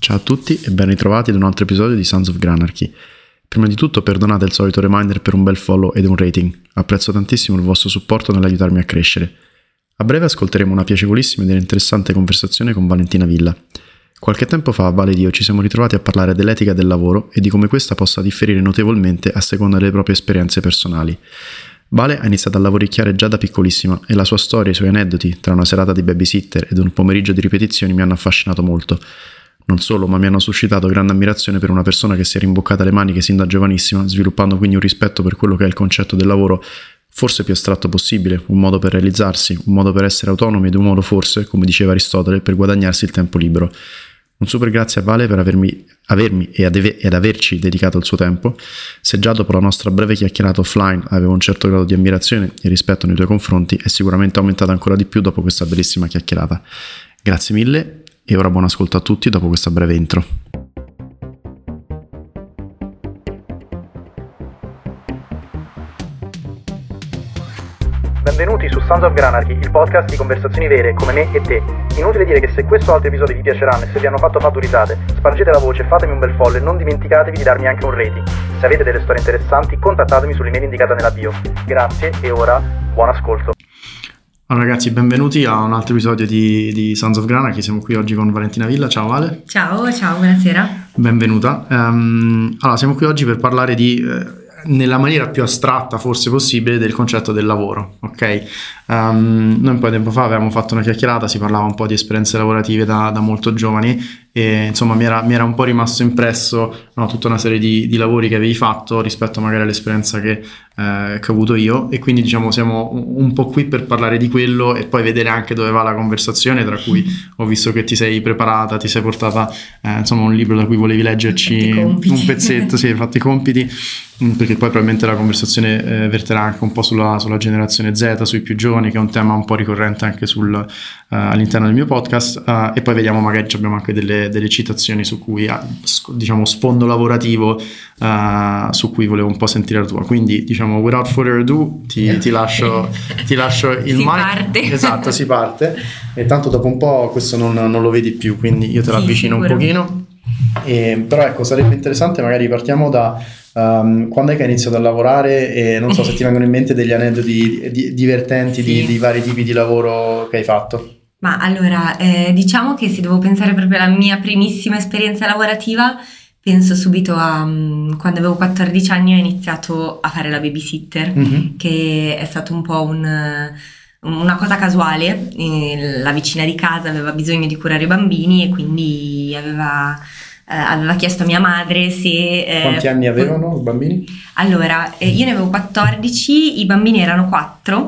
Ciao a tutti e ben ritrovati ad un altro episodio di Sons of Granarchy. Prima di tutto perdonate il solito reminder per un bel follow ed un rating. Apprezzo tantissimo il vostro supporto nell'aiutarmi a crescere. A breve ascolteremo una piacevolissima ed interessante conversazione con Valentina Villa. Qualche tempo fa Vale ed io ci siamo ritrovati a parlare dell'etica del lavoro e di come questa possa differire notevolmente a seconda delle proprie esperienze personali. Vale ha iniziato a lavoricchiare già da piccolissima e la sua storia e i suoi aneddoti tra una serata di babysitter ed un pomeriggio di ripetizioni mi hanno affascinato molto. Non solo, ma mi hanno suscitato grande ammirazione per una persona che si è rimboccata le maniche sin da giovanissima, sviluppando quindi un rispetto per quello che è il concetto del lavoro forse più astratto possibile, un modo per realizzarsi, un modo per essere autonomi ed un modo forse, come diceva Aristotele, per guadagnarsi il tempo libero. Un super grazie a Vale per avermi ed averci dedicato il suo tempo. Se già dopo la nostra breve chiacchierata offline avevo un certo grado di ammirazione e rispetto nei tuoi confronti, è sicuramente aumentato ancora di più dopo questa bellissima chiacchierata. Grazie mille e ora buon ascolto a tutti dopo questa breve intro. Benvenuti su Sons of Granarchy, il podcast di conversazioni vere come me e te. Inutile dire che se questo o altri episodi vi piaceranno e se vi hanno fatto fare due risate, spargete la voce, fatemi un bel follow e non dimenticatevi di darmi anche un rating. Se avete delle storie interessanti, contattatemi sull'email indicata nella bio. Grazie e ora buon ascolto. Allora ragazzi, benvenuti a un altro episodio di Sons of Granarchy. Siamo qui oggi con Valentina Villa. Ciao Vale. Ciao, buonasera. Benvenuta. Allora, siamo qui oggi per parlare nella maniera più astratta forse possibile del concetto del lavoro, ok? Noi un po' di tempo fa avevamo fatto una chiacchierata, si parlava un po' di esperienze lavorative da molto giovani e insomma mi era un po' rimasto impresso, no, tutta una serie di lavori che avevi fatto rispetto magari all'esperienza che ho avuto io, e quindi diciamo siamo un po' qui per parlare di quello e poi vedere anche dove va la conversazione, tra cui ho visto che ti sei preparata, ti sei portata insomma un libro da cui volevi leggerci un pezzetto, sì, hai fatto i compiti, perché poi probabilmente la conversazione verterà anche un po' sulla generazione Z, sui più giovani, che è un tema un po' ricorrente anche all'interno del mio podcast, e poi vediamo, magari abbiamo anche delle citazioni su cui diciamo sfondo lavorativo su cui volevo un po' sentire la tua, quindi diciamo without further ado ti lascio il mic. Parte. Esatto, si parte, e tanto dopo un po' questo non lo vedi più, quindi io te l'avvicino un pochino. Però ecco, sarebbe interessante, magari partiamo da quando è che hai iniziato a lavorare e non so se ti vengono in mente degli aneddoti divertenti di vari tipi di lavoro che hai fatto. Ma allora, diciamo che se devo pensare proprio alla mia primissima esperienza lavorativa, penso subito a quando avevo 14 anni ho iniziato a fare la babysitter, che è stato un po' una cosa casuale. La vicina di casa aveva bisogno di curare i bambini e quindi aveva chiesto a mia madre se... Quanti anni avevano i bambini? Allora, io ne avevo 14, i bambini erano 4,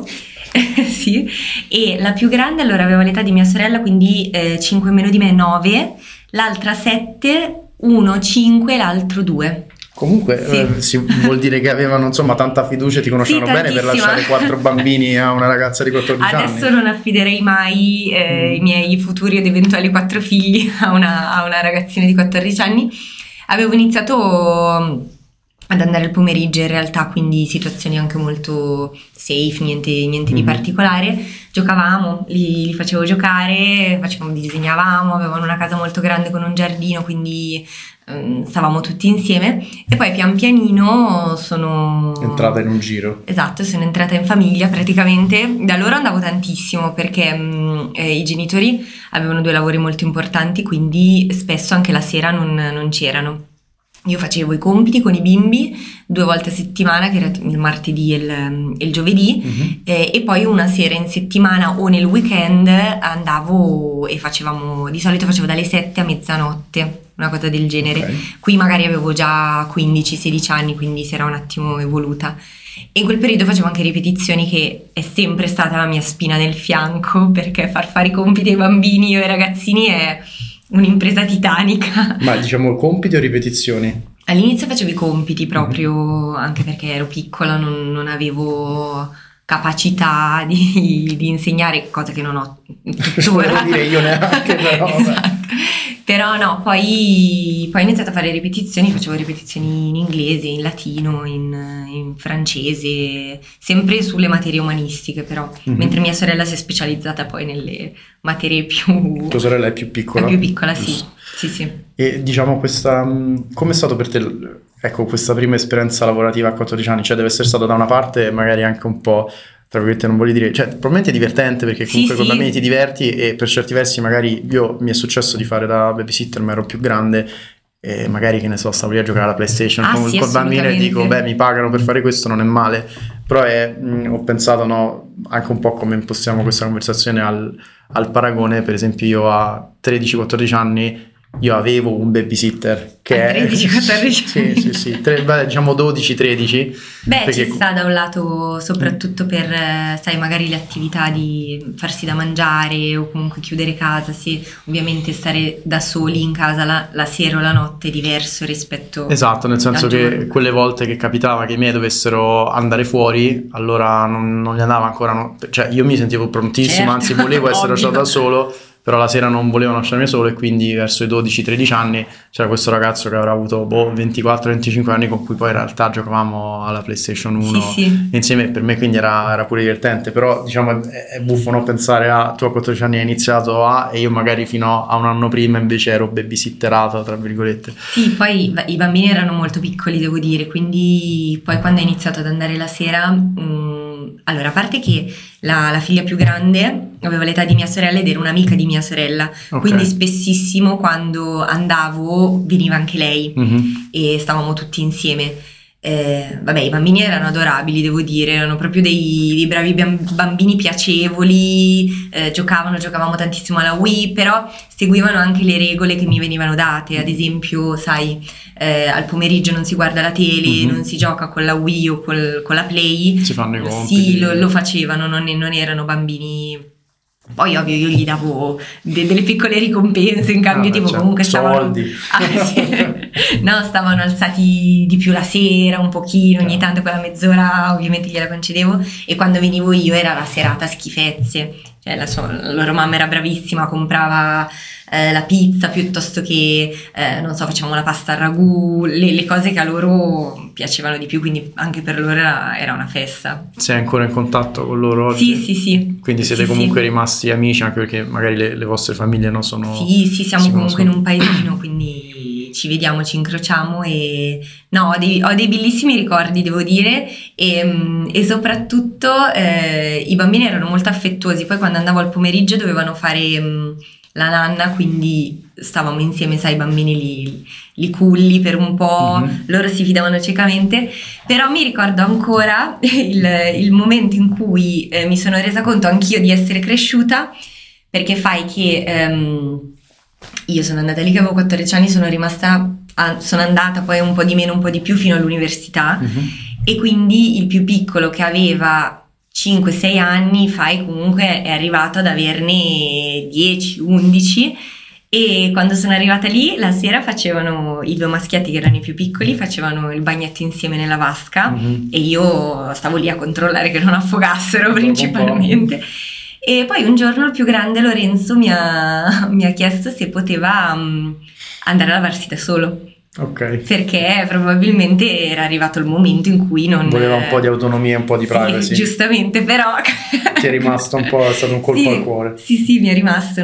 sì, e la più grande allora aveva l'età di mia sorella, quindi 5 meno di me 9, l'altra 7, uno 5, l'altro 2. Comunque sì. Vuol dire che avevano insomma tanta fiducia e ti conoscevano bene per lasciare 4 bambini a una ragazza di 14 anni. Adesso non affiderei mai i miei futuri ed eventuali 4 figli a una ragazzina di 14 anni. Avevo iniziato ad andare il pomeriggio in realtà, quindi situazioni anche molto safe, niente di particolare. Giocavamo, li facevo giocare, disegnavamo, avevano una casa molto grande con un giardino, quindi stavamo tutti insieme, e poi pian pianino sono entrata in un giro. Esatto, sono entrata in famiglia praticamente. Da loro andavo tantissimo perché i genitori avevano 2 lavori molto importanti, quindi spesso anche la sera non c'erano. Io facevo i compiti con i bimbi 2 volte a settimana, che era il martedì e il giovedì, e poi una sera in settimana o nel weekend andavo e di solito facevo dalle 7 a mezzanotte, una cosa del genere. Okay. Qui magari avevo già 15-16 anni, quindi si era un attimo evoluta. E in quel periodo facevo anche ripetizioni, che è sempre stata la mia spina nel fianco, perché far fare i compiti ai bambini o ai ragazzini è un'impresa titanica. Ma diciamo compiti o ripetizioni? All'inizio facevo i compiti proprio, anche perché ero piccola, non avevo capacità di insegnare, cosa che non ho tuttora. Non dire io neanche, però. Esatto. Però no, poi ho iniziato a fare ripetizioni, facevo ripetizioni in inglese, in latino, in francese, sempre sulle materie umanistiche però, mentre mia sorella si è specializzata poi nelle materie più... Tua sorella è più piccola? È più piccola, sì. Sì, sì. E diciamo come è stato per te, ecco, questa prima esperienza lavorativa a 14 anni? Cioè deve essere stato da una parte magari anche un po', tra virgolette, non voglio dire, cioè probabilmente divertente perché comunque Sì, con i sì. bambini ti diverti e per certi versi magari mi è successo di fare da babysitter ma ero più grande e magari, che ne so, stavo lì a giocare alla PlayStation Sì, col bambino e dico, assolutamente. mi pagano per fare questo, non è male. Però ho pensato, no, anche un po' come impostiamo questa conversazione al paragone. Per esempio io a 13-14 anni io avevo un babysitter che A 13-14 anni. sì, diciamo 12-13. Beh, ci sta da un lato soprattutto per, sai, magari le attività di farsi da mangiare o comunque chiudere casa, sì, ovviamente stare da soli in casa la sera o la notte è diverso rispetto Esatto, nel senso al che giorno. quelle volte che capitava che i miei dovessero andare fuori, allora non gli andava ancora, cioè io mi sentivo prontissimo, Certo, anzi volevo essere lasciato ovvio. da solo, però la sera non volevano lasciarmi solo e quindi verso i 12-13 anni c'era questo ragazzo che avrà avuto 24-25 anni con cui poi in realtà giocavamo alla PlayStation 1 Sì. insieme. Per me quindi era pure divertente, però diciamo è buffo, no, pensare tu a 14 anni hai iniziato e io magari fino a un anno prima invece ero babysitterato, tra virgolette. Sì, poi i bambini erano molto piccoli, devo dire, quindi poi quando ho iniziato ad andare la sera, allora, a parte che la figlia più grande aveva l'età di mia sorella ed era un'amica di mia sorella, Ok. quindi spessissimo quando andavo veniva anche lei Mhm. e stavamo tutti insieme. Vabbè, i bambini erano adorabili, devo dire, erano proprio dei bravi bambini piacevoli, giocavamo tantissimo alla Wii, però seguivano anche le regole che mi venivano date, ad esempio, sai, al pomeriggio non si guarda la tele, Mhm. non si gioca con la Wii o con la Play. Si fanno i compiti. Sì, lo facevano, non erano bambini. Poi ovvio io gli davo delle piccole ricompense in cambio, tipo cioè, comunque soldi. stavano alzati di più la sera un pochino, ogni tanto quella mezz'ora ovviamente gliela concedevo, e quando venivo io era la serata schifezze, cioè la loro mamma era bravissima, comprava la pizza piuttosto che non so, facevamo la pasta al ragù, le cose che a loro piacevano di più, quindi anche per loro era una festa. Sei ancora in contatto con loro oggi? Sì. Quindi siete Sì, comunque sì. rimasti amici, anche perché magari le vostre famiglie non sono... Sì, siamo si comunque in conoscono. un paesino, quindi ci vediamo, ci incrociamo e no, ho dei bellissimi ricordi, devo dire, e soprattutto i bambini erano molto affettuosi. Poi quando andavo al pomeriggio dovevano fare la nanna, quindi stavamo insieme, sai, i bambini li culli per un po', Mhm. loro si fidavano ciecamente, però mi ricordo ancora il momento in cui mi sono resa conto anch'io di essere cresciuta, perché fai che io sono andata lì che avevo 14 anni, sono andata poi un po' di meno, un po' di più fino all'università, Mhm. e quindi il più piccolo che aveva 5-6 anni, comunque è arrivato ad averne 10-11, e quando sono arrivata lì la sera facevano, i due maschietti che erano i più piccoli, facevano il bagnetto insieme nella vasca, Mhm. e io stavo lì a controllare che non affogassero Dopo un po'. principalmente. E poi un giorno il più grande, Lorenzo, mi ha chiesto se poteva andare a lavarsi da solo, Ok. perché probabilmente era arrivato il momento in cui non... Voleva un po' di autonomia, un po' di Sì, privacy. giustamente, però... Ti è rimasto un po', è stato un colpo Sì, al cuore. Sì, mi è rimasto,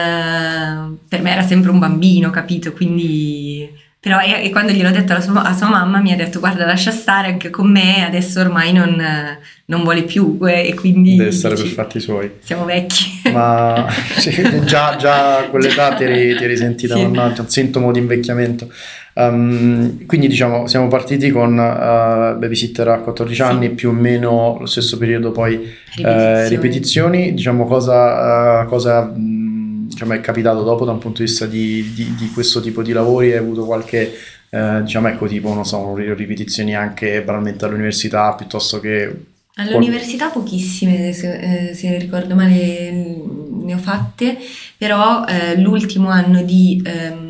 per me era sempre un bambino, capito? Quindi... Però e quando gliel'ho detto a sua mamma mi ha detto: guarda, lascia stare, anche con me adesso ormai non vuole più, e quindi Deve stare per dici, fatti suoi. siamo vecchi. Ma sì, già a quell'età ti eri sentita, Sì. mannaggia, un sintomo di invecchiamento. Quindi diciamo siamo partiti con babysitter a 14 Sì. anni, più o meno lo stesso periodo poi Ripetizioni. ripetizioni. Diciamo cosa diciamo, è capitato dopo da un punto di vista di questo tipo di lavori? Hai avuto qualche diciamo, ecco, tipo, non so, ripetizioni anche banalmente all'università piuttosto che... All'università pochissime, se ricordo male ne ho fatte, però l'ultimo anno di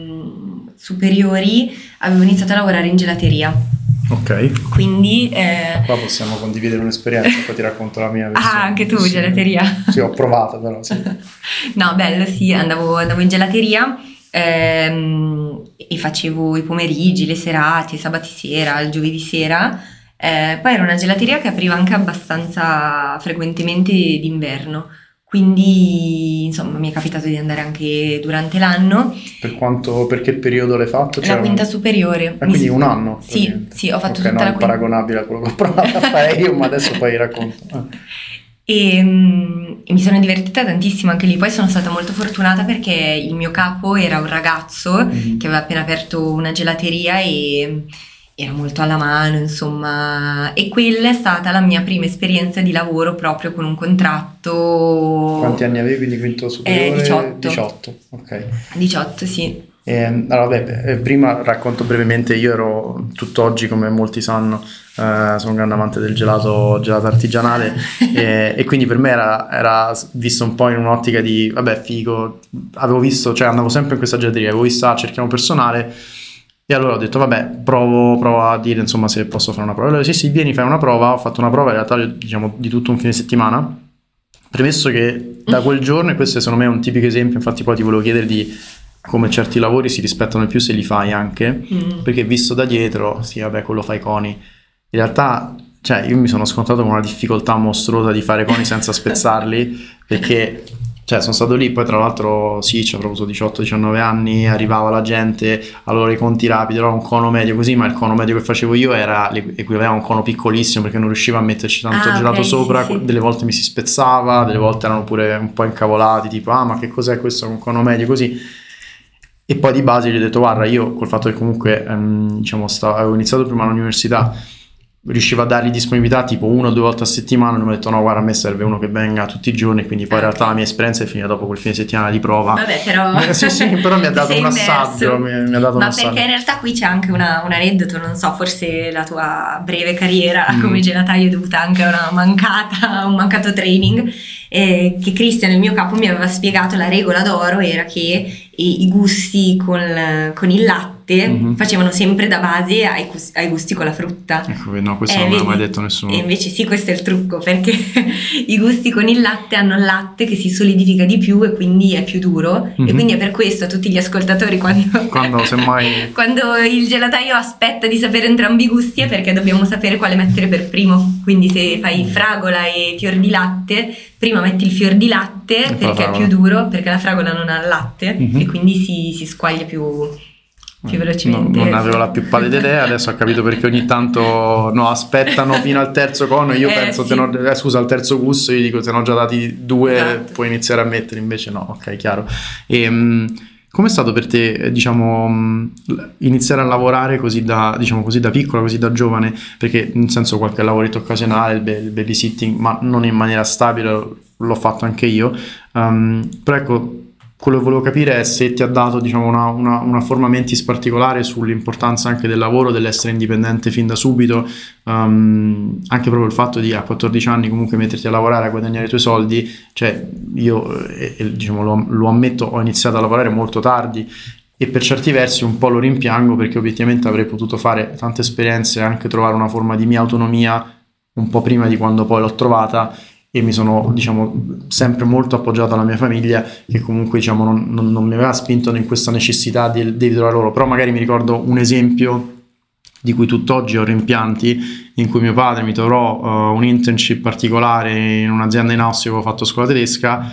superiori avevo iniziato a lavorare in gelateria, Ok, quindi... qua possiamo condividere un'esperienza, poi ti racconto la mia versione. anche tu, Sì. gelateria? Sì, ho provato però, sì. No, bello, sì, andavo in gelateria e facevo i pomeriggi, le serate, sabati sera, il giovedì sera. Poi era una gelateria che apriva anche abbastanza frequentemente d'inverno, quindi insomma mi è capitato di andare anche durante l'anno. Per che periodo l'hai fatto? La quinta superiore. Quindi un anno? Sì, ho fatto tutta la quinta. quinta. Non è paragonabile a quello che ho provato a fare io, ma adesso poi racconto. E mi sono divertita tantissimo anche lì. Poi sono stata molto fortunata perché il mio capo era un ragazzo che aveva appena aperto una gelateria e era molto alla mano, insomma, e quella è stata la mia prima esperienza di lavoro proprio con un contratto. Quanti anni avevi di quinto superiore? 18. Ok. 18, sì. Allora, prima racconto brevemente. Io ero tutt'oggi, come molti sanno, sono un grande amante del gelato artigianale e quindi per me era visto un po' in un'ottica di vabbè, figo. Avevo visto, cioè andavo sempre in questa gelateria, avevo visto cerchiamo personale e allora ho detto vabbè, provo a dire insomma se posso fare una prova. Allora sì, vieni, fai una prova. Ho fatto una prova in realtà, diciamo, di tutto un fine settimana, premesso che da quel giorno, e questo secondo me è un tipico esempio, infatti poi ti volevo chiedere di come certi lavori si rispettano di più se li fai anche, perché visto da dietro, sì vabbè, quello fai coni, in realtà, cioè io mi sono scontrato con una difficoltà mostruosa di fare coni senza spezzarli, perché cioè sono stato lì, poi tra l'altro sì, ci avrò avuto 18-19 anni, arrivava la gente, allora i conti rapidi, allora un cono medio così, ma il cono medio che facevo io era equivaleva a un cono piccolissimo perché non riuscivo a metterci tanto gelato sopra, sì. Delle volte mi si spezzava, delle volte erano pure un po' incavolati, tipo ma che cos'è questo, un cono medio così. E poi di base gli ho detto guarda, io col fatto che comunque diciamo avevo iniziato prima all'università, riuscivo a dargli disponibilità tipo 1 o 2 volte a settimana, non mi ho detto no guarda, a me serve uno che venga tutti i giorni, quindi poi in realtà la mia esperienza è finita dopo quel fine settimana di prova. Vabbè, però sì, però mi ha dato un assaggio, mi ha dato un assaggio. Perché in realtà qui c'è anche un aneddoto, non so, forse la tua breve carriera come gelataio è dovuta anche a un mancato training, che Cristian, il mio capo, mi aveva spiegato. La regola d'oro era che i gusti con il latte facevano sempre da base ai gusti con la frutta. Ecco, no, questo non me l'ha mai detto nessuno. E invece sì, questo è il trucco, perché i gusti con il latte hanno il latte che si solidifica di più e quindi è più duro, e quindi è per questo a tutti gli ascoltatori quando semmai quando il gelataio aspetta di sapere entrambi i gusti è perché dobbiamo sapere quale mettere per primo. Quindi se fai fragola e fior di latte, prima metti il fior di latte perché è più duro, perché la fragola non ha il latte e quindi si squaglia più velocemente. Non avevo la più pallida idea, adesso ho capito perché ogni tanto aspettano fino al terzo cono, io penso sì. Al terzo gusto, io dico te ne ho già dati 2, esatto. Puoi iniziare a mettere, invece no, ok, chiaro. Com'è stato per te, diciamo, iniziare a lavorare così da piccola, così da giovane? Perché nel senso qualche lavoretto occasionale, il babysitting, ma non in maniera stabile, l'ho fatto anche io, però ecco, quello che volevo capire è se ti ha dato, diciamo, una forma mentis particolare sull'importanza anche del lavoro, dell'essere indipendente fin da subito, anche proprio il fatto di a 14 anni comunque metterti a lavorare, a guadagnare i tuoi soldi. Cioè io diciamo lo ammetto, ho iniziato a lavorare molto tardi e per certi versi un po' lo rimpiango, perché obiettivamente avrei potuto fare tante esperienze e anche trovare una forma di mia autonomia un po' prima di quando poi l'ho trovata. E mi sono, diciamo, sempre molto appoggiato alla mia famiglia, che comunque, diciamo, non mi aveva spinto in questa necessità di trovare loro. Però magari mi ricordo un esempio di cui tutt'oggi ho rimpianti, in cui mio padre mi trovò un internship particolare in un'azienda in Austria, avevo fatto scuola tedesca,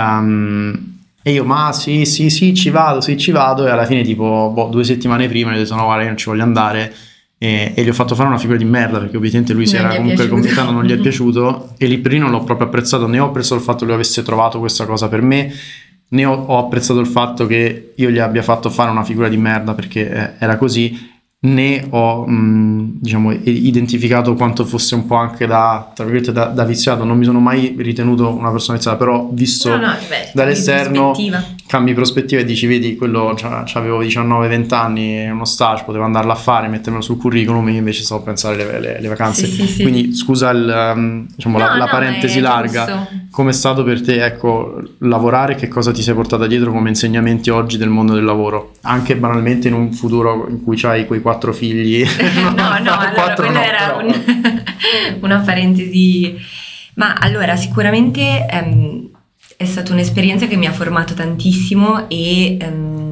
e io ma sì ci vado, e alla fine tipo 2 settimane prima gli ho detto no guarda, io non ci voglio andare. E gli ho fatto fare una figura di merda, perché ovviamente lui si era comunque convinto, non gli è piaciuto, e lì per lì non l'ho proprio apprezzato. Ne ho apprezzato il fatto che lui avesse trovato questa cosa per me, ne ho apprezzato il fatto che io gli abbia fatto fare una figura di merda perché era così, ne ho diciamo identificato quanto fosse un po' anche tra virgolette da viziato. Non mi sono mai ritenuto una persona viziata, però visto dall'esterno cambi prospettiva e dici vedi, quello avevo 19-20 anni, uno stage, potevo andarla a fare, mettermelo sul curriculum, io invece stavo a pensare le vacanze. Sì. Quindi scusa la parentesi larga. Giusto. Com'è stato per te, ecco, lavorare? Che cosa ti sei portata dietro come insegnamenti oggi del mondo del lavoro? Anche banalmente in un futuro in cui c'hai quei 4 figli. Allora quella era una parentesi. Ma allora sicuramente è stata un'esperienza che mi ha formato tantissimo e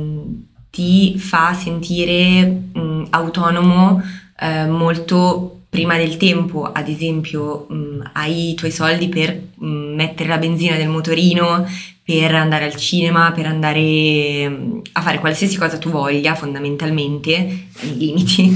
ti fa sentire autonomo molto prima del tempo, ad esempio, hai i tuoi soldi per mettere la benzina del motorino, per andare al cinema, per andare a fare qualsiasi cosa tu voglia, fondamentalmente, nei limiti,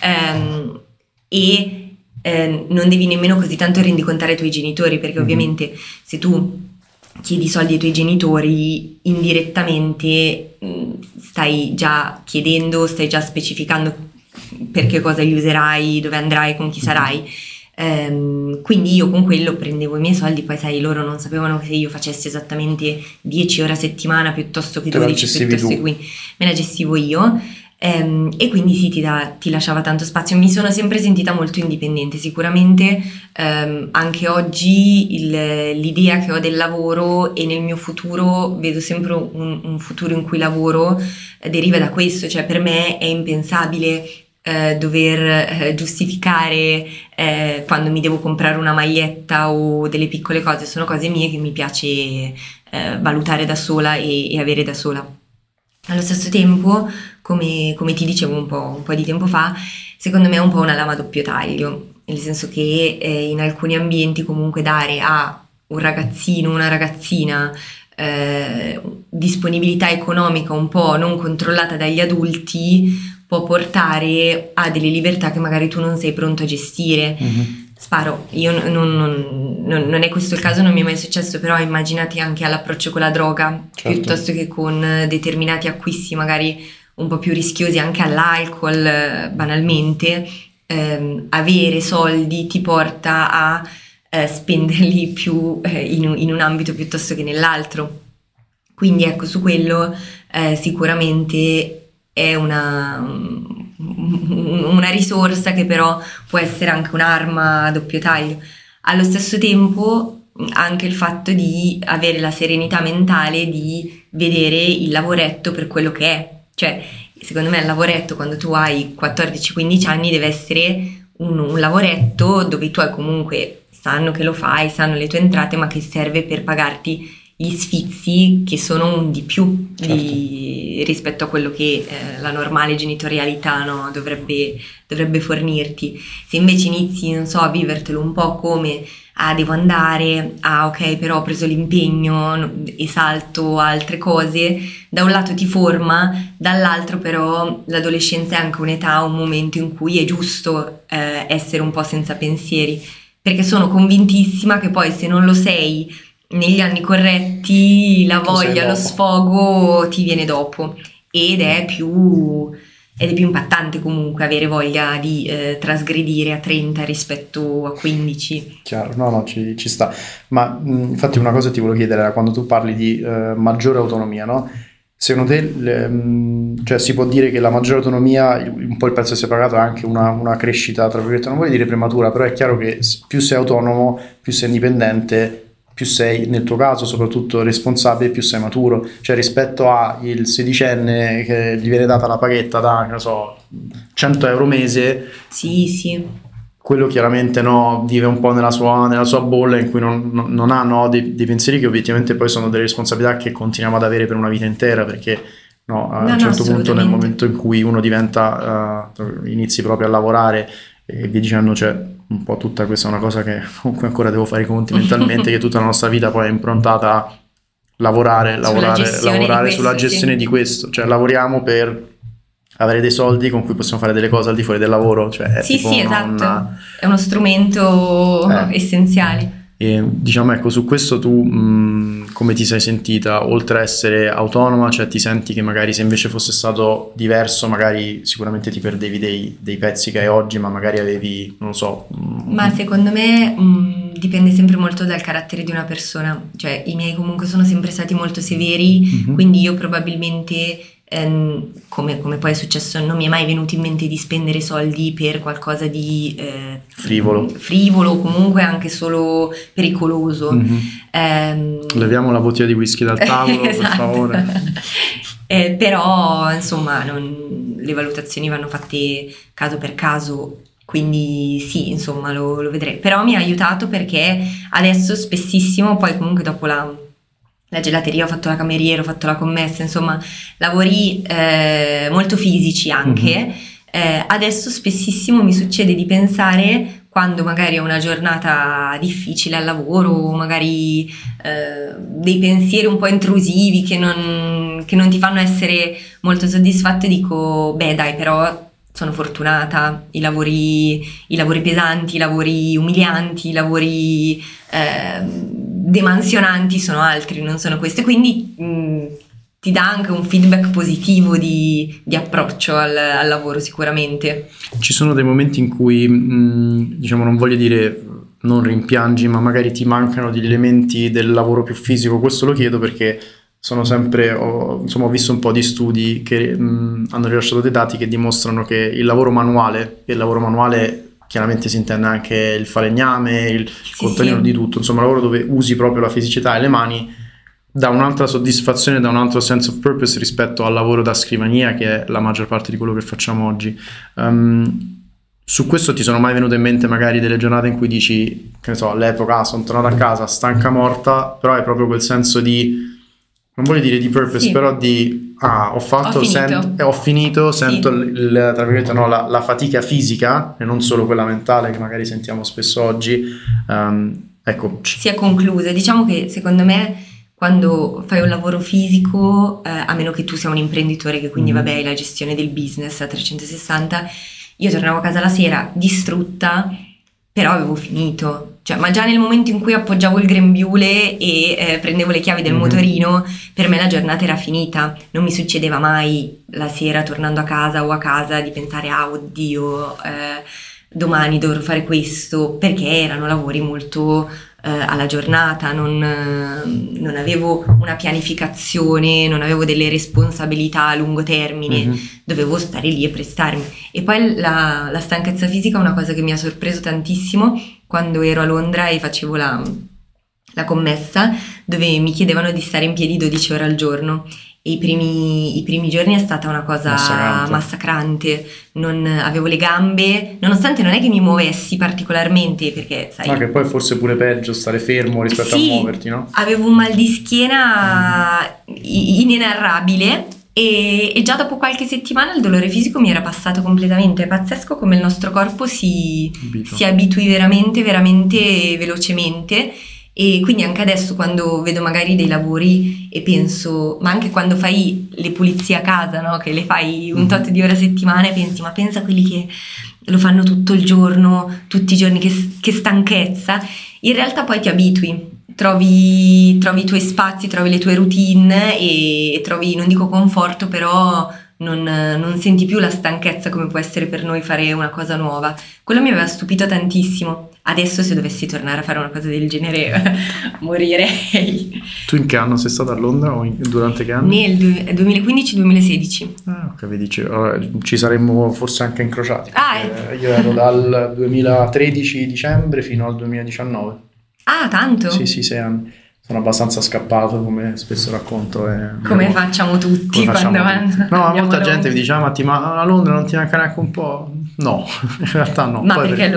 non devi nemmeno così tanto rendicontare ai tuoi genitori, perché ovviamente se tu chiedi soldi ai tuoi genitori, indirettamente stai già chiedendo, stai già specificando per che cosa li userai, dove andrai, con chi sarai. Quindi io con quello prendevo i miei soldi, poi sai, loro non sapevano che io facessi esattamente 10 ore a settimana piuttosto che 12, piuttosto che me la gestivo io. E quindi sì, ti lasciava tanto spazio. Mi sono sempre sentita molto indipendente, sicuramente anche oggi l'idea che ho del lavoro e nel mio futuro vedo sempre un futuro in cui lavoro deriva da questo, cioè per me è impensabile dover giustificare quando mi devo comprare una maglietta o delle piccole cose. Sono cose mie che mi piace valutare da sola e avere da sola. Allo stesso tempo, come ti dicevo un po' di tempo fa, secondo me è un po' una lama a doppio taglio, nel senso che in alcuni ambienti comunque dare a un ragazzino, una ragazzina disponibilità economica un po' non controllata dagli adulti può portare a delle libertà che magari tu non sei pronto a gestire. Sparo, io non è questo il caso, non mi è mai successo, però immaginati anche all'approccio con la droga, certo, piuttosto che con determinati acquisti magari un po' più rischiosi, anche all'alcol, banalmente, avere soldi ti porta a spenderli più in un ambito piuttosto che nell'altro. Quindi ecco, su quello sicuramente è una risorsa che però può essere anche un'arma a doppio taglio. Allo stesso tempo anche il fatto di avere la serenità mentale di vedere il lavoretto per quello che è. Cioè, secondo me il lavoretto quando tu hai 14-15 anni deve essere un lavoretto dove tu hai comunque, sanno che lo fai, sanno le tue entrate, ma che serve per pagarti gli sfizi che sono un di più, certo, rispetto a quello che la normale genitorialità, no, dovrebbe fornirti. Se invece inizi, non so, a vivertelo un po' come devo andare, ok, però ho preso l'impegno e salto altre cose, da un lato ti forma, dall'altro però l'adolescenza è anche un'età, un momento in cui è giusto essere un po' senza pensieri, perché sono convintissima che poi se non lo sei negli anni corretti la voglia, lo sfogo ti viene dopo ed è più impattante comunque avere voglia di trasgredire a 30 rispetto a 15. Chiaro, no, ci sta. Ma infatti una cosa ti volevo chiedere era quando tu parli di maggiore autonomia, no? Secondo te cioè si può dire che la maggiore autonomia, un po' il prezzo che si è pagato è anche una crescita, tra virgolette, non voglio dire prematura, però è chiaro che più sei autonomo, più sei indipendente, più sei, nel tuo caso soprattutto, responsabile, più sei maturo. Cioè rispetto a il sedicenne che gli viene data la paghetta da, non so, 100 euro mese, sì, quello chiaramente no, vive un po' nella sua bolla in cui non ha dei pensieri che obiettivamente poi sono delle responsabilità che continuiamo ad avere per una vita intera, perché a un certo punto, nel momento in cui uno diventa inizi proprio a lavorare e via dicendo, cioè un po' tutta questa è una cosa che comunque ancora devo fare i conti mentalmente, che tutta la nostra vita poi è improntata a lavorare sulla gestione di questo, cioè lavoriamo per avere dei soldi con cui possiamo fare delle cose al di fuori del lavoro, cioè è sì, esatto, è uno strumento essenziale. E diciamo, ecco, su questo tu come ti sei sentita, oltre a essere autonoma, cioè ti senti che magari se invece fosse stato diverso, magari sicuramente ti perdevi dei pezzi che hai oggi, ma magari avevi, non lo so. Ma secondo me dipende sempre molto dal carattere di una persona, cioè i miei comunque sono sempre stati molto severi, quindi io probabilmente come poi è successo, non mi è mai venuto in mente di spendere soldi per qualcosa di frivolo o comunque anche solo pericoloso. Leviamo la bottiglia di whisky dal tavolo, esatto, per favore. Però insomma le valutazioni vanno fatte caso per caso, quindi sì, insomma lo vedrei, però mi ha aiutato perché adesso spessissimo, poi comunque dopo la gelateria ho fatto la cameriera, ho fatto la commessa, insomma lavori molto fisici anche. Adesso spessissimo mi succede di pensare quando magari ho una giornata difficile al lavoro, magari dei pensieri un po' intrusivi che non ti fanno essere molto soddisfatto, dico, beh dai, però sono fortunata, i lavori pesanti, i lavori umilianti, i lavori demansionanti sono altri, non sono questi, quindi ti dà anche un feedback positivo di approccio al lavoro sicuramente. Ci sono dei momenti in cui, diciamo, non voglio dire non rimpiangi, ma magari ti mancano degli elementi del lavoro più fisico. Questo lo chiedo perché sono sempre, ho visto un po' di studi che hanno rilasciato dei dati che dimostrano che il lavoro manuale, e il lavoro manuale chiaramente si intende anche il falegname, il contenitore di tutto, insomma lavoro dove usi proprio la fisicità e le mani, dà un'altra soddisfazione, dà un altro sense of purpose rispetto al lavoro da scrivania, che è la maggior parte di quello che facciamo oggi. Su questo ti sono mai venute in mente magari delle giornate in cui dici, che ne so, all'epoca sono tornata a casa stanca morta, però hai proprio quel senso di, non voglio dire di purpose, però di ho finito, sento tra virgolette, la fatica fisica e non solo quella mentale che magari sentiamo spesso oggi, ecco, si è conclusa. Diciamo che secondo me quando fai un lavoro fisico, a meno che tu sia un imprenditore che quindi vabbè hai la gestione del business a 360, io tornavo a casa la sera distrutta, però avevo finito, cioè, ma già nel momento in cui appoggiavo il grembiule e prendevo le chiavi del motorino, per me la giornata era finita. Non mi succedeva mai la sera tornando a casa o a casa di pensare oddio, domani dovrò fare questo, perché erano lavori molto alla giornata, non avevo una pianificazione, non avevo delle responsabilità a lungo termine, dovevo stare lì e prestarmi. E poi la stanchezza fisica è una cosa che mi ha sorpreso tantissimo quando ero a Londra e facevo la commessa, dove mi chiedevano di stare in piedi 12 ore al giorno. E i primi giorni è stata una cosa massacrante. Non avevo le gambe, nonostante non è che mi muovessi particolarmente, perché sai, ma che poi forse pure peggio stare fermo rispetto a muoverti, no? Avevo un mal di schiena inenarrabile e già dopo qualche settimana il dolore fisico mi era passato completamente. È pazzesco come il nostro corpo si abitui veramente veramente velocemente. E quindi anche adesso quando vedo magari dei lavori e penso, ma anche quando fai le pulizie a casa, no? Che le fai un tot di ore a settimana e pensi, ma pensa a quelli che lo fanno tutto il giorno, tutti i giorni, che stanchezza. In realtà poi ti abitui, trovi i tuoi spazi, trovi le tue routine e trovi, non dico conforto, però non senti più la stanchezza come può essere per noi fare una cosa nuova. Quello mi aveva stupito tantissimo. Adesso se dovessi tornare a fare una cosa del genere morirei. Tu in che anno sei stata a Londra o durante che anno? Nel 2015-2016. Ok, vedi, ci saremmo forse anche incrociati. Io ero dal 2013 dicembre fino al 2019. Ah, tanto? Sì, 6 anni. Sono abbastanza scappato, come spesso racconto. Come facciamo tutti quando vanno. No, molta gente mi dice, ma a Londra non ti manca neanche un po'? No, in realtà no. Ma poi perché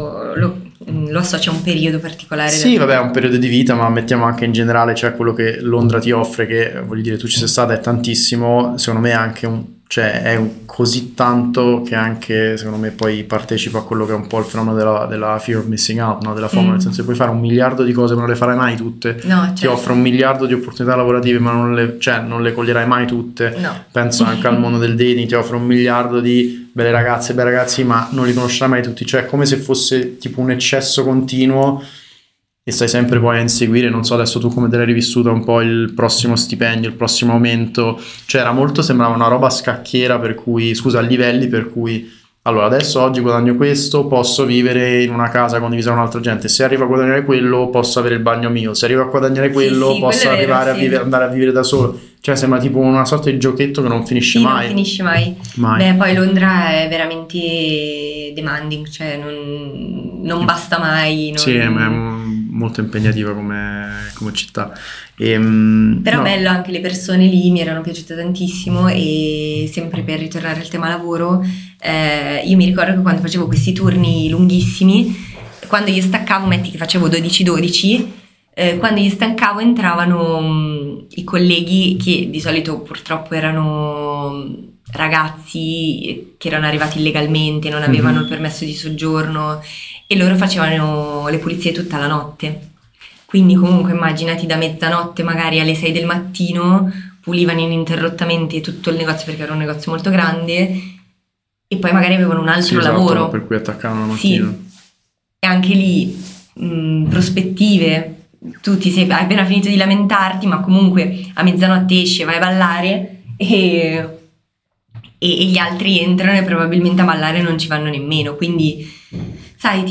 lo associa a un periodo particolare? Sì, vabbè, è un periodo di vita, ma mettiamo anche in generale, cioè quello che Londra ti offre, che voglio dire, tu ci sei stata, è tantissimo, secondo me è anche è così tanto che anche secondo me poi partecipa a quello che è un po' il fenomeno della fear of missing out, no? Della FOMO, nel senso che puoi fare 1 miliardo di cose ma non le farai mai tutte, ti offre 1 miliardo di opportunità lavorative ma non le coglierai mai tutte, penso anche al mondo del dating, ti offre 1 miliardo di belle ragazze, bei ragazzi, ma non li conoscerai mai tutti, cioè è come se fosse tipo un eccesso continuo e stai sempre poi a inseguire, non so adesso tu come te l'hai rivissuta un po' il prossimo stipendio, il prossimo aumento, cioè sembrava una roba scacchiera, per cui, scusa, a livelli per cui, allora adesso oggi guadagno questo, posso vivere in una casa condivisa con un'altra gente, se arrivo a guadagnare quello posso avere il bagno mio, se arrivo a guadagnare quello posso arrivare a vivere, andare a vivere da solo, cioè sembra tipo una sorta di giochetto che non finisce mai. Non finisce mai. Beh, poi Londra è veramente demanding, cioè non basta mai. Sì, è molto impegnativa come città. Però bello, anche le persone lì mi erano piaciute tantissimo. E sempre per ritornare al tema lavoro, io mi ricordo che quando facevo questi turni lunghissimi, quando io staccavo, metti che facevo 12-12, quando io stancavo entravano i colleghi che di solito purtroppo erano ragazzi che erano arrivati illegalmente, non avevano il permesso di soggiorno, e loro facevano le pulizie tutta la notte. Quindi comunque immaginati, da mezzanotte magari alle 6 del mattino pulivano ininterrottamente tutto il negozio, perché era un negozio molto grande, e poi magari avevano un altro esatto, lavoro. per cui attaccavano la mattina. Sì. E anche lì prospettive, tu hai appena finito di lamentarti, ma comunque a mezzanotte esci, vai a ballare e gli altri entrano e probabilmente a ballare non ci vanno nemmeno, quindi sai,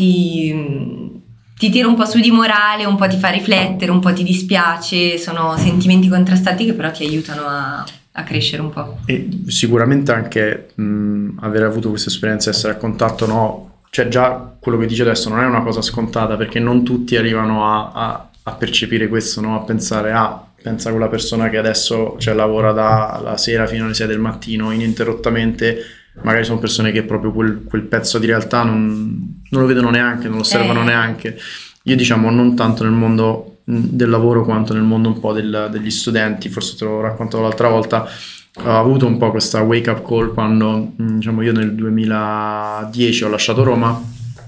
ti tira un po' su di morale, un po' ti fa riflettere, un po' ti dispiace, sono sentimenti contrastati che però ti aiutano a crescere un po'. E sicuramente anche aver avuto questa esperienza, essere a contatto, no? Cioè già quello che dici adesso non è una cosa scontata, perché non tutti arrivano a percepire questo, no? A pensare, pensa quella persona che adesso lavora dalla sera fino alle 6 del mattino ininterrottamente, magari sono persone che proprio quel pezzo di realtà non lo vedono neanche, non lo osservano neanche. Io diciamo non tanto nel mondo del lavoro quanto nel mondo un po' degli studenti, forse te lo raccontavo l'altra volta, ho avuto un po' questa wake up call quando diciamo io nel 2010 ho lasciato Roma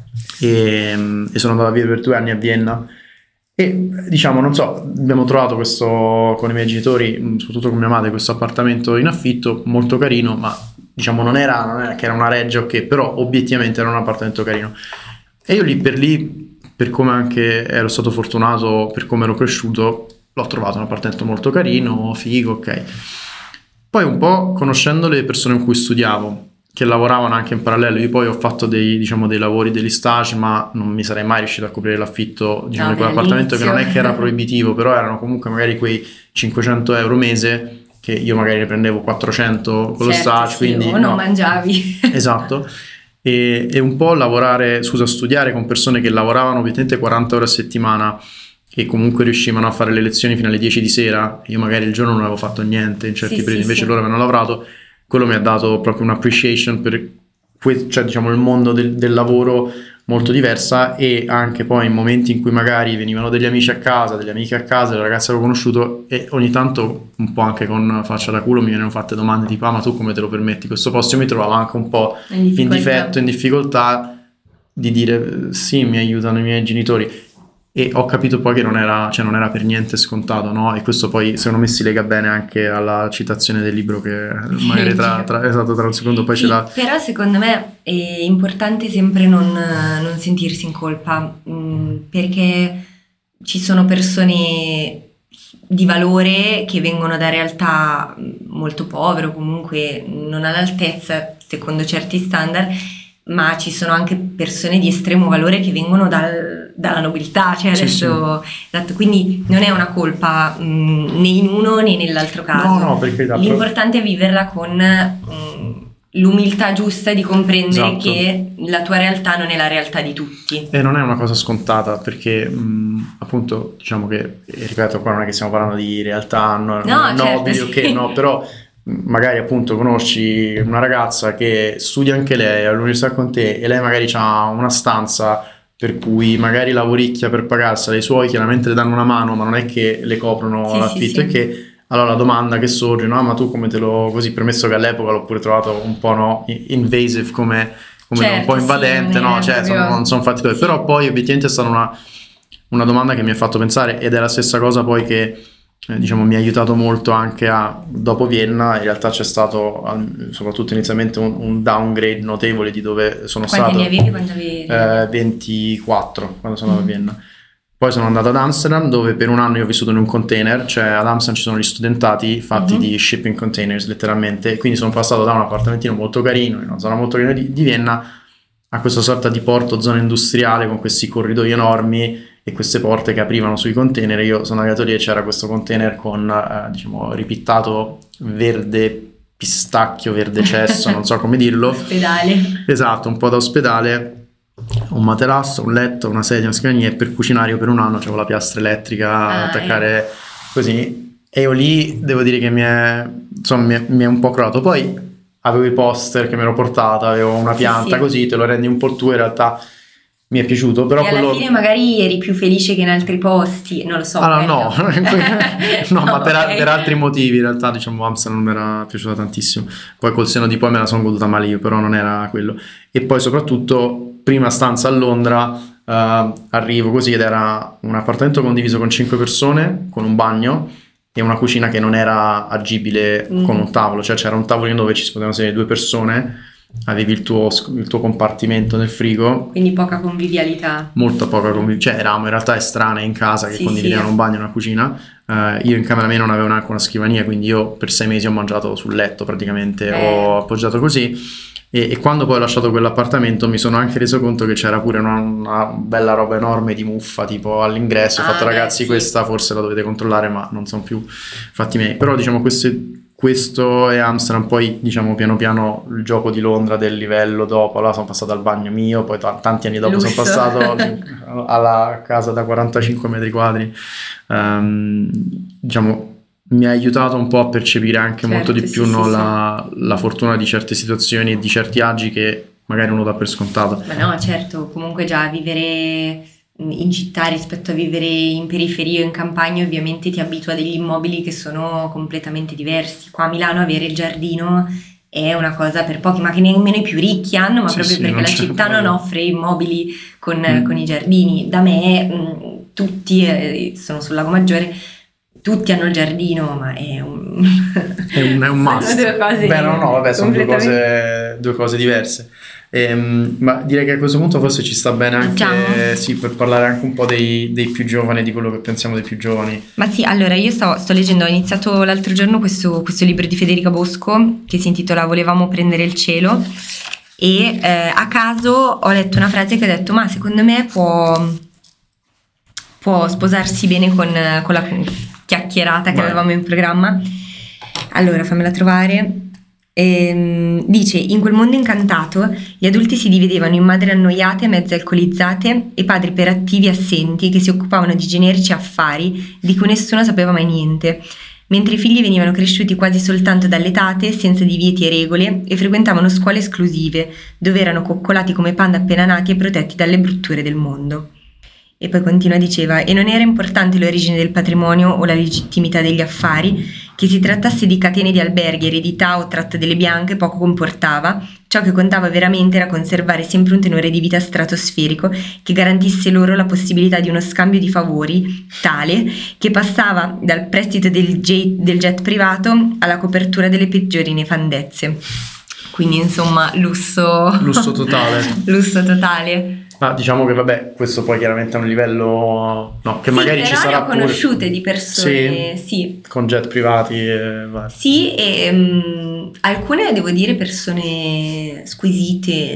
e sono andato a vivere per 2 anni a Vienna. E diciamo, non so, abbiamo trovato questo con i miei genitori, soprattutto con mia madre, questo appartamento in affitto molto carino, ma diciamo non era che era una reggia, ok, però obiettivamente era un appartamento carino. E io lì, per come anche ero stato fortunato, per come ero cresciuto, l'ho trovato un appartamento molto carino, figo, ok. Poi un po' conoscendo le persone con cui studiavo, che lavoravano anche in parallelo, io poi ho fatto dei lavori, degli stage, ma non mi sarei mai riuscito a coprire l'affitto di quell'appartamento, che non è che era proibitivo, però erano comunque magari quei 500 euro mese che io magari ne prendevo 400 con lo stage, quindi o non mangiavi. Esatto. E un po' studiare con persone che lavoravano ovviamente 40 ore a settimana e comunque riuscivano a fare le lezioni fino alle 10 di sera, io magari il giorno non avevo fatto niente in certi periodi, invece loro avevano lavorato. Quello mi ha dato proprio un'appreciation per diciamo il mondo del lavoro molto diversa, e anche poi in momenti in cui magari venivano degli amici a casa, delle amiche a casa, le ragazze avevo conosciuto, e ogni tanto un po' anche con faccia da culo mi venivano fatte domande tipo ma tu come te lo permetti questo posto? Io mi trovavo anche un po' in difetto, in difficoltà di dire sì, mi aiutano i miei genitori. E ho capito poi che non era per niente scontato, no? E questo poi secondo me si lega bene anche alla citazione del libro che magari tra un secondo poi ce l'ha. Però secondo me è importante sempre non sentirsi in colpa, perché ci sono persone di valore che vengono da realtà molto povere o comunque non all'altezza secondo certi standard, ma ci sono anche persone di estremo valore che vengono dalla nobiltà, cioè adesso sì. Esatto, quindi non è una colpa né in uno né nell'altro caso. No, perché l'importante è viverla con l'umiltà giusta di comprendere che la tua realtà non è la realtà di tutti. E non è una cosa scontata, perché appunto diciamo che, ripeto, qua non è che stiamo parlando di realtà nobili, certo, ok, no, però magari appunto conosci una ragazza che studia anche lei all'università con te e lei magari ha una stanza per cui magari lavoricchia per pagarsela, i suoi chiaramente le danno una mano ma non è che le coprono l'affitto, e che allora la domanda che sorge, no, ma tu come te lo, così, premesso che all'epoca l'ho pure trovato un po' invasive, come certo, un po' invadente, non sono fatti tuoi, però poi obiettivamente è stata una domanda che mi ha fatto pensare, ed è la stessa cosa poi che diciamo mi ha aiutato molto anche dopo Vienna. In realtà c'è stato soprattutto inizialmente un downgrade notevole di dove sono stato. Quanti anni avevi? 24 quando sono andato a Vienna. Poi sono andato ad Amsterdam, dove per un anno io ho vissuto in un container, cioè ad Amsterdam ci sono gli studentati fatti di shipping containers letteralmente, quindi sono passato da un appartamentino molto carino in una zona molto carina di Vienna a questa sorta di porto, zona industriale con questi corridoi enormi e queste porte che aprivano sui container. Io sono arrivato lì e c'era questo container con diciamo ripittato verde pistacchio, verde cesso, non so come dirlo. Ospedale. Esatto, un po' da ospedale, un materasso, un letto, una sedia, una scrivania, e per cucinare io per un anno c'avevo la piastra elettrica attaccare così, e io lì devo dire che mi è un po' crollato. Poi avevo i poster che mi ero portato, avevo una pianta così, te lo rendi un po' tu, in realtà mi è piaciuto, però e alla fine magari eri più felice che in altri posti, non lo so. Allora no, no, ma okay. per altri motivi in realtà, diciamo, Amsterdam non mi era piaciuta tantissimo, poi col senno di poi me la sono goduta male io, però non era quello. E poi soprattutto prima stanza a Londra, arrivo così ed era un appartamento condiviso con 5 persone, con un bagno e una cucina che non era agibile con un tavolo, cioè c'era un tavolino dove ci si potevano sedere 2 persone, avevi il tuo compartimento nel frigo, quindi poca convivialità, molta poca convivialità, cioè eravamo in realtà estranei in casa che condividevano un bagno e una cucina. Io in camera mia non avevo neanche una scrivania, quindi io per 6 mesi ho mangiato sul letto praticamente, ho appoggiato così. E quando poi ho lasciato quell'appartamento mi sono anche reso conto che c'era pure una bella roba enorme di muffa tipo all'ingresso. Ho fatto ragazzi, questa forse la dovete controllare, ma non sono più fatti miei. Però diciamo questo è Amsterdam. Poi diciamo piano piano il gioco di Londra del livello dopo, allora sono passato al bagno mio, poi tanti anni dopo sono passato alla casa da 45 metri quadri. Diciamo mi ha aiutato un po' a percepire anche molto di più la fortuna di certe situazioni e di certi agi che magari uno dà per scontato. Ma no, certo, comunque già vivere in città rispetto a vivere in periferia o in campagna ovviamente ti abitua a degli immobili che sono completamente diversi. Qua a Milano avere il giardino è una cosa per pochi, ma che nemmeno i più ricchi hanno, ma proprio perché la città non offre immobili con i giardini. Da me tutti sono sul Lago Maggiore, tutti hanno il giardino, ma è un must. Sono due cose. Beh, no, vabbè, sono due cose diverse. Ma direi che a questo punto forse ci sta bene anche per parlare anche un po' dei più giovani, di quello che pensiamo dei più giovani. Ma sì, allora io sto leggendo, ho iniziato l'altro giorno questo libro di Federica Bosco che si intitola Volevamo prendere il cielo, e a caso ho letto una frase che ho detto ma secondo me può sposarsi bene con la chiacchierata che avevamo in programma. Allora fammela trovare. Dice: in quel mondo incantato gli adulti si dividevano in madri annoiate, mezze alcolizzate, e padri iperattivi assenti che si occupavano di generici affari di cui nessuno sapeva mai niente, mentre i figli venivano cresciuti quasi soltanto dalle tate, senza divieti e regole, e frequentavano scuole esclusive dove erano coccolati come panda appena nati e protetti dalle brutture del mondo. E poi continua, diceva: e non era importante l'origine del patrimonio o la legittimità degli affari, che si trattasse di catene di alberghi, eredità o tratta delle bianche poco comportava. Ciò che contava veramente era conservare sempre un tenore di vita stratosferico che garantisse loro la possibilità di uno scambio di favori tale che passava dal prestito del jet privato alla copertura delle peggiori nefandezze. Quindi insomma lusso totale. Lusso totale. Ma diciamo che vabbè, questo poi chiaramente è un livello che sì, magari ci sarà pure. Conosciute di persone, sì. Con jet privati sì, e alcune devo dire persone squisite,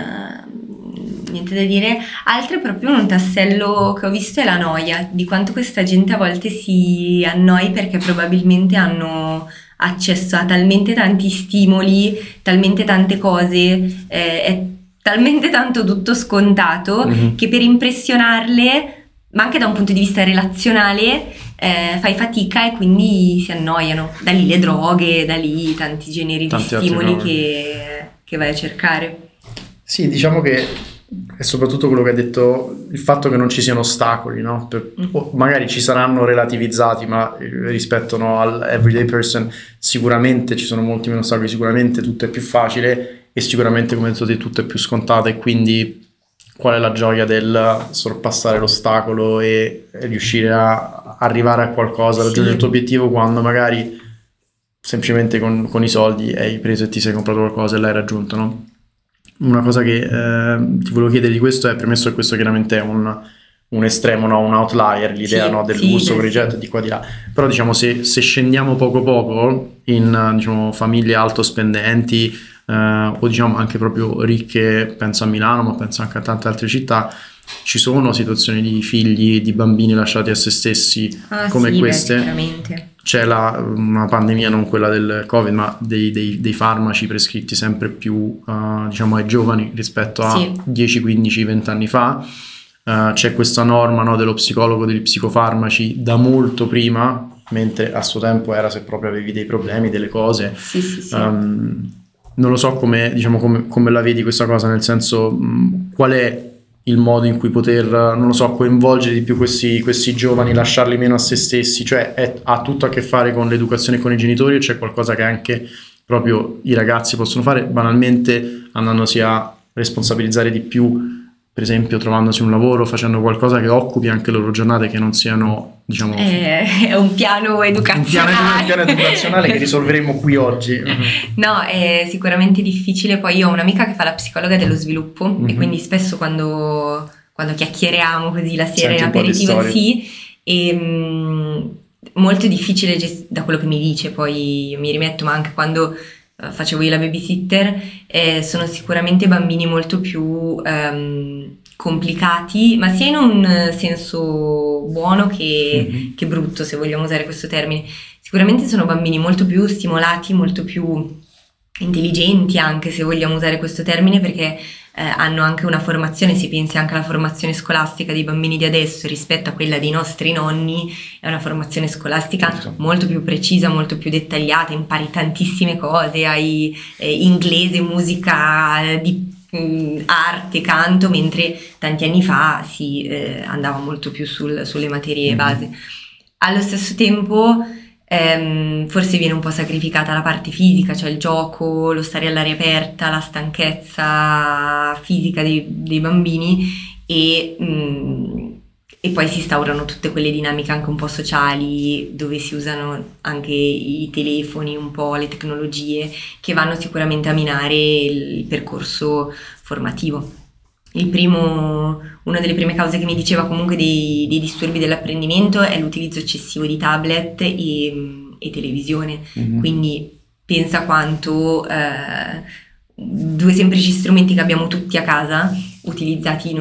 niente da dire. Altre proprio un tassello che ho visto è la noia, di quanto questa gente a volte si annoi perché probabilmente hanno accesso a talmente tanti stimoli, talmente tante cose, è talmente tanto tutto scontato che per impressionarle, ma anche da un punto di vista relazionale, fai fatica e quindi si annoiano. Da lì le droghe, da lì tanti generi di stimoli che vai a cercare. Sì, diciamo che è soprattutto quello che hai detto, il fatto che non ci siano ostacoli, no? Magari ci saranno relativizzati, ma rispetto al everyday person sicuramente ci sono molti meno ostacoli, sicuramente tutto è più facile e sicuramente, come hai detto te, tutto è più scontato. E quindi qual è la gioia del sorpassare l'ostacolo e riuscire a arrivare a qualcosa, raggiungere il tuo obiettivo, quando magari semplicemente con i soldi hai preso e ti sei comprato qualcosa e l'hai raggiunto, no? Una cosa che ti volevo chiedere di questo è, premesso che questo chiaramente è un estremo, no? Un outlier, l'idea del lusso con i jet di qua di là, però diciamo se scendiamo poco in diciamo famiglie alto spendenti, o diciamo anche proprio ricche, penso a Milano ma penso anche a tante altre città, ci sono situazioni di figli, di bambini lasciati a se stessi come queste. Sicuramente. C'è una pandemia, non quella del Covid, ma dei farmaci prescritti sempre più diciamo ai giovani rispetto a 10, 15, 20 anni fa. C'è questa norma, no, dello psicologo, degli psicofarmaci da molto prima, mentre a suo tempo era se proprio avevi dei problemi, delle cose. Non lo so come la vedi questa cosa, nel senso, qual è il modo in cui poter, non lo so, coinvolgere di più questi giovani, lasciarli meno a se stessi, cioè ha tutto a che fare con l'educazione con i genitori, o c'è qualcosa che anche proprio i ragazzi possono fare banalmente andandosi a responsabilizzare di più, per esempio trovandosi un lavoro, facendo qualcosa che occupi anche le loro giornate, che non siano, diciamo, è un piano educazionale. Un piano educazionale che risolveremo qui oggi. No, è sicuramente difficile. Poi io ho un'amica che fa la psicologa dello sviluppo e quindi spesso quando chiacchieriamo così la sera in aperitivo, sì, e molto difficile da quello che mi dice, poi io mi rimetto, ma anche quando facevo io la babysitter, sono sicuramente bambini molto più complicati, ma sia in un senso buono che brutto, se vogliamo usare questo termine. Sicuramente sono bambini molto più stimolati, molto più intelligenti, anche se vogliamo usare questo termine, perché hanno anche una formazione, si pensi anche alla formazione scolastica dei bambini di adesso rispetto a quella dei nostri nonni, è una formazione scolastica molto più precisa, molto più dettagliata, impari tantissime cose, hai inglese, musica, arte, canto, mentre tanti anni fa si andava molto più sulle materie base. Allo stesso tempo forse viene un po' sacrificata la parte fisica, cioè il gioco, lo stare all'aria aperta, la stanchezza fisica dei bambini e poi si instaurano tutte quelle dinamiche anche un po' sociali, dove si usano anche i telefoni, un po' le tecnologie, che vanno sicuramente a minare il percorso formativo. Una delle prime cause che mi diceva comunque dei disturbi dell'apprendimento è l'utilizzo eccessivo di tablet e televisione. Quindi pensa quanto due semplici strumenti che abbiamo tutti a casa, utilizzati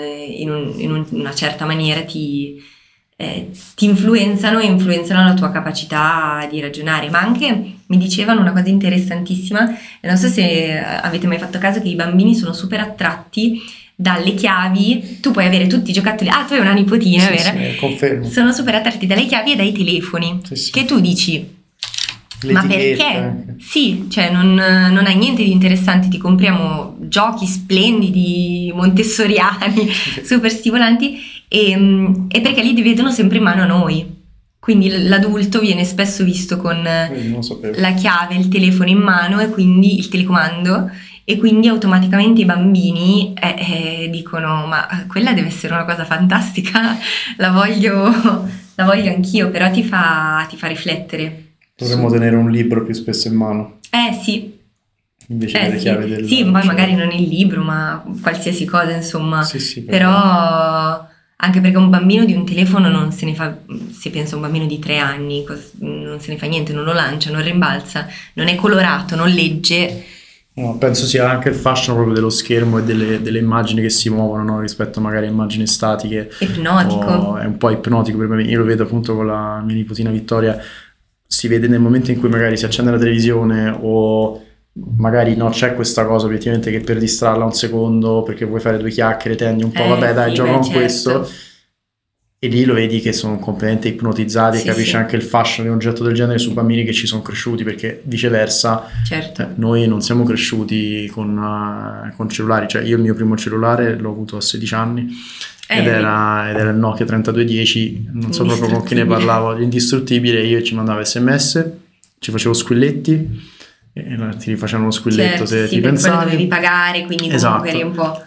in una certa maniera, ti influenzano e influenzano la tua capacità di ragionare. Ma anche mi dicevano una cosa interessantissima, non so se avete mai fatto caso, che i bambini sono super attratti dalle chiavi. Tu puoi avere tutti i giocattoli, tu hai una nipotina, sì, vero? Sì, confermo. Sono super attratti dalle chiavi e dai telefoni, sì. Che tu dici, ma perché? Sì, cioè non hai niente di interessante, ti compriamo giochi splendidi, montessoriani, super stimolanti, e perché li vedono sempre in mano a noi. Quindi l'adulto viene spesso visto con la chiave, il telefono in mano e quindi il telecomando, e quindi automaticamente i bambini dicono: ma quella deve essere una cosa fantastica, la voglio anch'io, però ti fa riflettere. Dovremmo tenere un libro più spesso in mano. Sì. Invece delle chiavi del... Sì, poi magari non il libro, ma qualsiasi cosa, insomma. Sì, però anche perché un bambino di un telefono non se ne fa, se pensa a un bambino di 3 anni, non se ne fa niente, non lo lancia, non rimbalza, non è colorato, non legge. No, penso sia anche il fascino proprio dello schermo e delle immagini che si muovono, no? Rispetto magari a immagini statiche. Ipnotico. È un po' ipnotico per me. Io lo vedo appunto con la mia nipotina Vittoria. Si vede nel momento in cui magari si accende la televisione, o magari no, c'è questa cosa obiettivamente che per distrarla un secondo, perché vuoi fare 2 chiacchiere, tendi un po', vabbè dai, gioca con certo. questo, e lì lo vedi che sono completamente ipnotizzati, e capisci anche il fascino di un oggetto del genere su bambini che ci sono cresciuti, perché viceversa noi non siamo cresciuti con cellulari. Cioè io il mio primo cellulare l'ho avuto a 16 anni ed era il Nokia 3210, non so proprio con chi ne parlavo, l'indistruttibile. Io ci mandavo SMS, ci facevo squilletti e ti rifacevano lo squilletto, se ti pensavi. Poi dovevi pagare, quindi comunque eri un po'...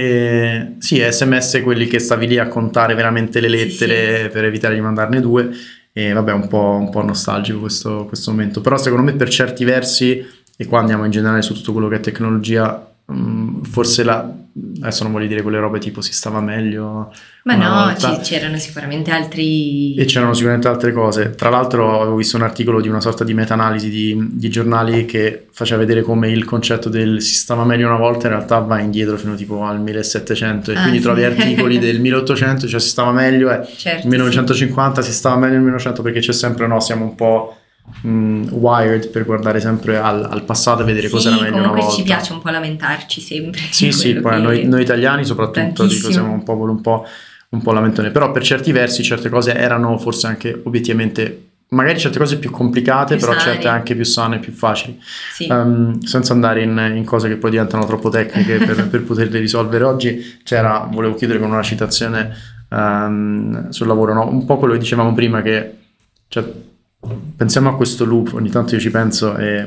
SMS, quelli che stavi lì a contare veramente le lettere per evitare di mandarne 2, e vabbè, un po' nostalgico questo momento. Però secondo me per certi versi, e qua andiamo in generale su tutto quello che è tecnologia, forse adesso non voglio dire quelle robe tipo si stava meglio, ma no, c'erano sicuramente altre cose. Tra l'altro avevo visto un articolo di una sorta di meta-analisi di giornali che faceva vedere come il concetto del si stava meglio una volta in realtà va indietro fino tipo al 1700, e quindi trovi articoli del 1800, cioè si stava meglio, 1950 si stava meglio nel 1900, perché c'è sempre, siamo un po' wired per guardare sempre al passato e vedere cosa era meglio una volta. Comunque ci piace un po' lamentarci sempre. Sì, poi noi italiani soprattutto siamo un popolo un po' lamentone, però per certi versi certe cose erano forse anche obiettivamente magari certe cose più complicate, Più però sane. certe anche più sane, più facili. Sì. Senza andare in cose che poi diventano troppo tecniche per poterle risolvere oggi, volevo chiudere con una citazione sul lavoro, no? Un po' quello che dicevamo prima, che cioè, pensiamo a questo loop, ogni tanto io ci penso e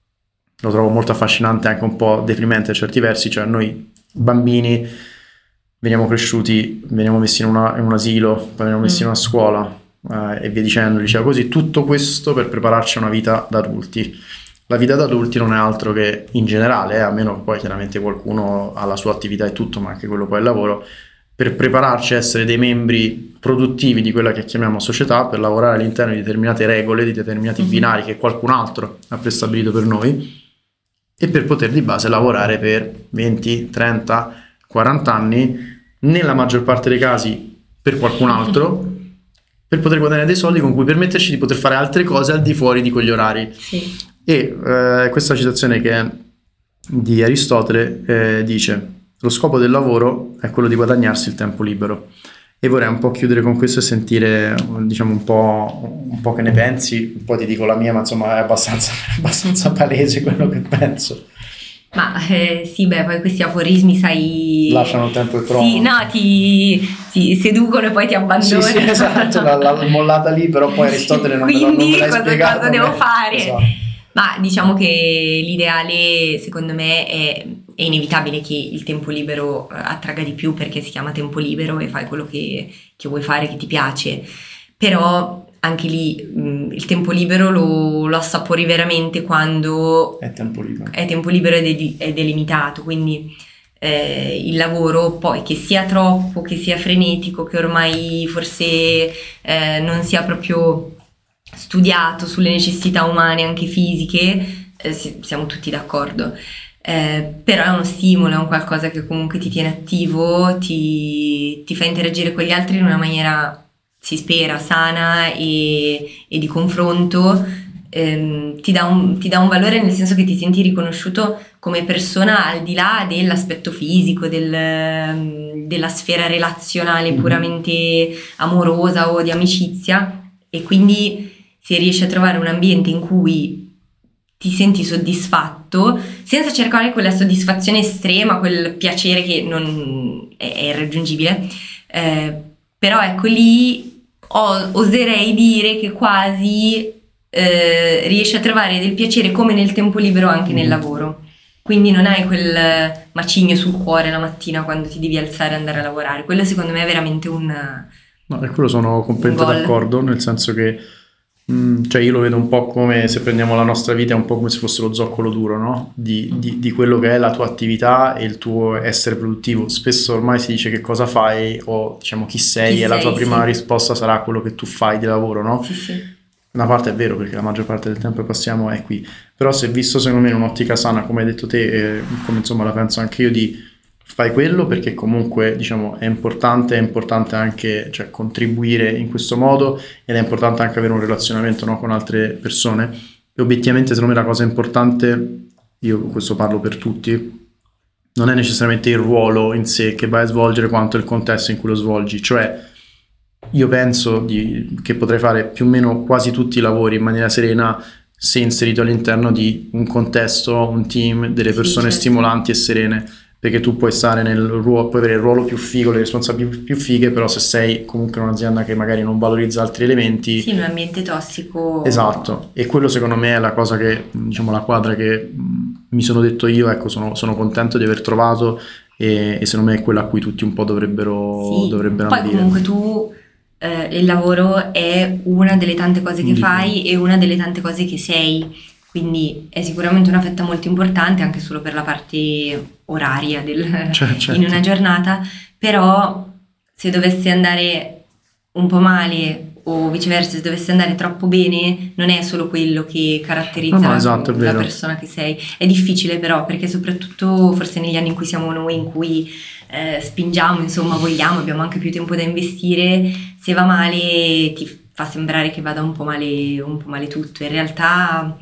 lo trovo molto affascinante, anche un po' deprimente a certi versi, cioè noi bambini veniamo cresciuti, veniamo messi in un asilo, poi veniamo messi in una scuola e via dicendo, liceo, così, tutto questo per prepararci a una vita da adulti. La vita da adulti non è altro che, in generale, a meno che poi chiaramente qualcuno ha la sua attività e tutto, ma anche quello poi è il lavoro, per prepararci a essere dei membri produttivi di quella che chiamiamo società, per lavorare all'interno di determinate regole, di determinati binari che qualcun altro ha prestabilito per noi, e per poter di base lavorare per 20, 30, 40 anni, nella maggior parte dei casi per qualcun altro, per poter guadagnare dei soldi con cui permetterci di poter fare altre cose al di fuori di quegli orari. Sì. E questa citazione, che è di Aristotele, dice: lo scopo del lavoro è quello di guadagnarsi il tempo libero. E vorrei un po' chiudere con questo e sentire, diciamo, un po' che ne pensi. Poi ti dico la mia, ma insomma è abbastanza palese quello che penso. Ma sì, beh, poi questi aforismi, sai, Lasciano il tempo e trono. sì, no, ti seducono e poi ti abbandonano. Sì, esatto, l'ho mollata lì, però poi Aristotele non me Quindi l'hai cosa spiegato. devo fare? Esatto. Ma diciamo che l'ideale, secondo me, è inevitabile che il tempo libero attragga di più, perché si chiama tempo libero e fai quello che vuoi fare, che ti piace. Però anche lì il tempo libero lo assapori veramente quando È tempo libero. è tempo libero ed è delimitato, quindi il lavoro poi, che sia troppo, che sia frenetico, che ormai forse non sia proprio studiato sulle necessità umane anche fisiche, siamo tutti d'accordo, però è uno stimolo, è un qualcosa che comunque ti tiene attivo, ti fa interagire con gli altri in una maniera, si spera, sana e di confronto. Ti dà un valore, nel senso che ti senti riconosciuto come persona al di là dell'aspetto fisico, della sfera relazionale puramente amorosa o di amicizia, e quindi se riesci a trovare un ambiente in cui ti senti soddisfatto senza cercare quella soddisfazione estrema, quel piacere che non è irraggiungibile, però ecco lì oserei dire che quasi riesci a trovare del piacere come nel tempo libero anche nel lavoro, quindi non hai quel macigno sul cuore la mattina quando ti devi alzare e andare a lavorare. Quello secondo me è veramente No, e quello sono completamente Un gol. d'accordo, nel senso che cioè io lo vedo un po' come, se prendiamo la nostra vita, è un po' come se fosse lo zoccolo duro, no? Di quello che è la tua attività e il tuo essere produttivo. Spesso ormai si dice che cosa fai, o diciamo chi sei, Chi e la sei, tua prima sì. risposta sarà quello che tu fai di lavoro, no? sì. Una parte è vero, perché la maggior parte del tempo che passiamo è qui, però se visto secondo me in un'ottica sana, come hai detto te, come insomma la penso anche io, di fai quello perché comunque diciamo è importante anche, cioè, contribuire in questo modo, ed è importante anche avere un relazionamento, no, con altre persone. E obiettivamente secondo me la cosa importante, io questo parlo per tutti, non è necessariamente il ruolo in sé che vai a svolgere, quanto il contesto in cui lo svolgi. Cioè io penso che potrei fare più o meno quasi tutti i lavori in maniera serena se inserito all'interno di un contesto, un team, delle persone certo. stimolanti e serene, perché tu puoi stare nel ruolo, puoi avere il ruolo più figo, le responsabilità più fighe, però se sei comunque in un'azienda che magari non valorizza altri elementi, Sì, in un ambiente tossico. esatto. E quello secondo me è la cosa che, diciamo, la quadra che mi sono detto io, ecco, sono contento di aver trovato, e secondo me è quella a cui tutti un po' dovrebbero Poi ambire. comunque tu il lavoro è una delle tante cose che fai e una delle tante cose che sei, quindi è sicuramente una fetta molto importante anche solo per la parte oraria Certo. in una giornata. Però se dovesse andare un po' male o viceversa, se dovesse andare troppo bene, non è solo quello che caratterizza No, esatto, è la vero. persona che sei. È difficile però, perché soprattutto forse negli anni in cui siamo noi, in cui spingiamo, insomma, vogliamo, abbiamo anche più tempo da investire, se va male ti fa sembrare che vada un po' male tutto. In realtà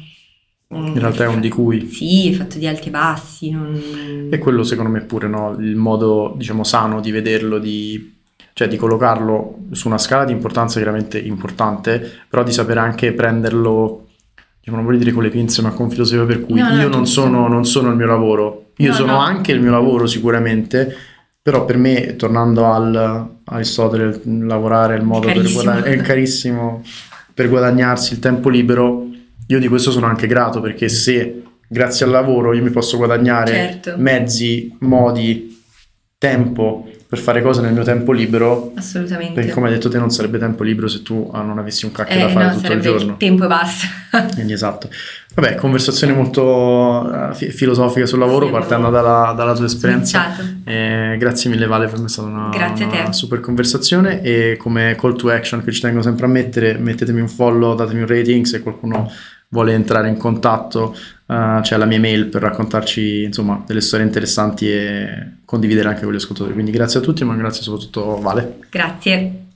è un di cui. Sì, è fatto di alti e bassi. E quello secondo me pure, no? Il modo, diciamo, sano di vederlo, cioè di collocarlo su una scala di importanza chiaramente importante, però di sapere anche prenderlo, non voglio dire con le pinze, ma con filosofia, per cui io non sono il mio lavoro, io sono anche il mio lavoro sicuramente, però per me, tornando Aristotele, lavorare è il modo per guadagnare, è carissimo, per guadagnarsi il tempo libero. Io di questo sono anche grato, perché se grazie al lavoro io mi posso guadagnare mezzi, modi, tempo per fare cose nel mio tempo libero, assolutamente, perché come hai detto te non sarebbe tempo libero se tu non avessi un cacchio da fare tutto il giorno, tempo e basta. Quindi esatto. Vabbè, conversazione molto filosofica sul lavoro, partendo dalla tua esperienza. Grazie mille Vale, per me è stata una super conversazione, e come call to action che ci tengo sempre a mettere, mettetemi un follow, datemi un rating se qualcuno vuole entrare in contatto, c'è la mia mail per raccontarci insomma delle storie interessanti e condividere anche con gli ascoltatori. Quindi grazie a tutti, ma grazie soprattutto Vale. Grazie.